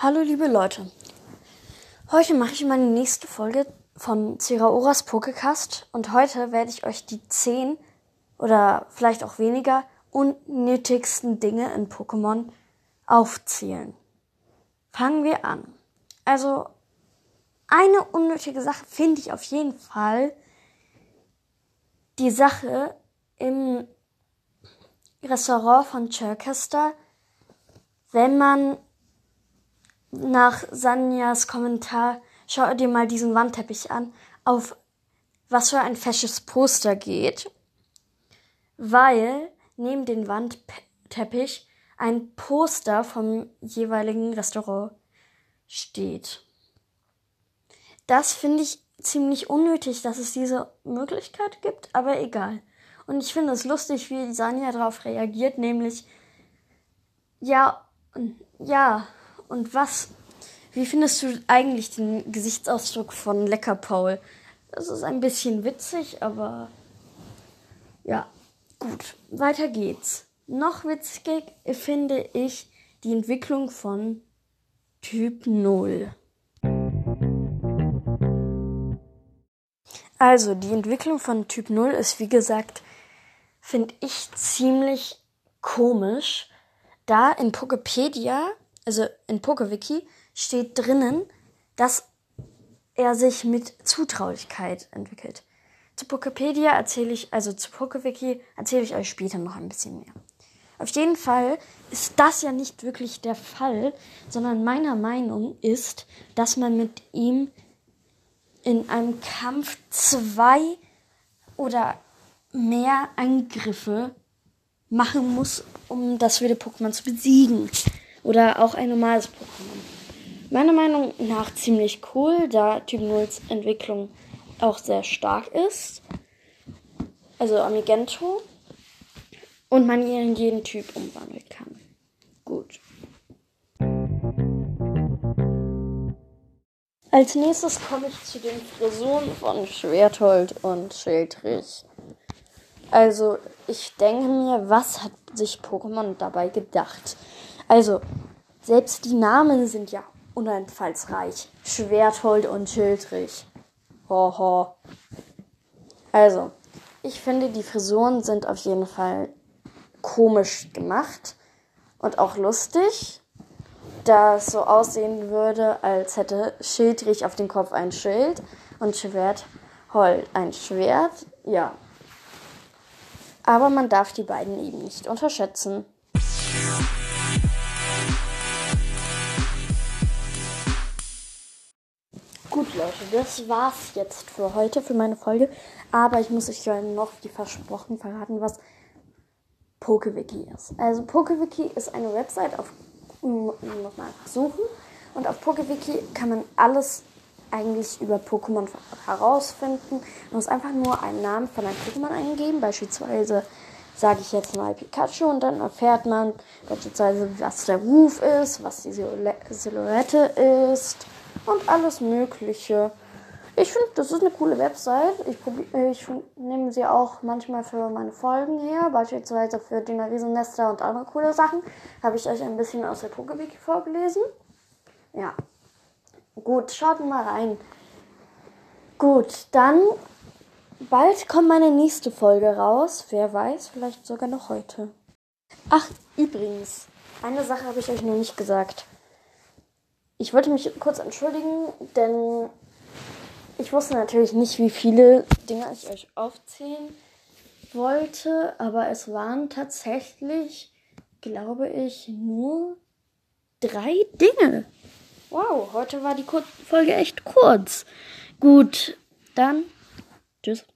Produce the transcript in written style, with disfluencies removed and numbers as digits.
Hallo liebe Leute, heute mache ich meine nächste Folge von Zeraoras Pokecast und heute werde ich euch die 10 oder vielleicht auch weniger unnötigsten Dinge in Pokémon aufzählen. Fangen wir an. Also eine unnötige Sache finde ich auf jeden Fall die Sache im Restaurant von Chichester, wenn man nach Sanjas Kommentar, schau dir mal diesen Wandteppich an, auf was für ein fesches Poster geht, weil neben dem Wandteppich ein Poster vom jeweiligen Restaurant steht. Das finde ich ziemlich unnötig, dass es diese Möglichkeit gibt, aber egal. Und ich finde es lustig, wie Sanja darauf reagiert, nämlich und was? Wie findest du eigentlich den Gesichtsausdruck von Leckerpaul? Das ist ein bisschen witzig, aber ja, gut. Weiter geht's. Noch witzig finde ich die Entwicklung von Typ 0. Also, die Entwicklung von Typ 0 ist, wie gesagt, finde ich ziemlich komisch, da in Pokepedia, also in PokeWiki, steht drinnen, dass er sich mit Zutraulichkeit entwickelt. Zu PokeWiki erzähle ich euch später noch ein bisschen mehr. Auf jeden Fall ist das ja nicht wirklich der Fall, sondern meiner Meinung ist, dass man mit ihm in einem Kampf 2 oder mehr Angriffe machen muss, um das wilde Pokémon zu besiegen. Oder auch ein normales Pokémon. Meiner Meinung nach ziemlich cool, da Typ 0s Entwicklung auch sehr stark ist. Also Amigento. Und man ihn in jeden Typ umwandeln kann. Gut. Als nächstes komme ich zu den Frisuren von Schwerthold und Schildrich. Also, ich denke mir, was hat sich Pokémon dabei gedacht? Also, selbst die Namen sind ja uneinfallsreich. Schwerthold und Schildrich. Hoho. Also, ich finde, die Frisuren sind auf jeden Fall komisch gemacht und auch lustig, da es so aussehen würde, als hätte Schildrich auf dem Kopf ein Schild und Schwerthold ein Schwert. Ja. Aber man darf die beiden eben nicht unterschätzen. Gut, Leute, das war's jetzt für heute, für meine Folge. Aber ich muss euch ja noch, wie versprochen, verraten, was PokeWiki ist. Also PokeWiki ist eine Website, muss man einfach suchen. Und auf PokeWiki kann man alles eigentlich über Pokémon herausfinden. Man muss einfach nur einen Namen von einem Pokémon eingeben, beispielsweise sage ich jetzt mal Pikachu, und dann erfährt man beispielsweise, was der Ruf ist, was die Silhouette ist und alles Mögliche. Ich finde, das ist eine coole Website. Ich nehme sie auch manchmal für meine Folgen her, beispielsweise für Dina Riesennester und andere coole Sachen. Habe ich euch ein bisschen aus der PokeWiki vorgelesen. Ja. Gut, schaut mal rein. Gut, dann bald kommt meine nächste Folge raus. Wer weiß, vielleicht sogar noch heute. Ach, übrigens, eine Sache habe ich euch noch nicht gesagt. Ich wollte mich kurz entschuldigen, denn ich wusste natürlich nicht, wie viele Dinge ich euch aufzählen wollte, aber es waren tatsächlich, glaube ich, nur 3 Dinge. Wow, heute war die Folge echt kurz. Gut, dann tschüss.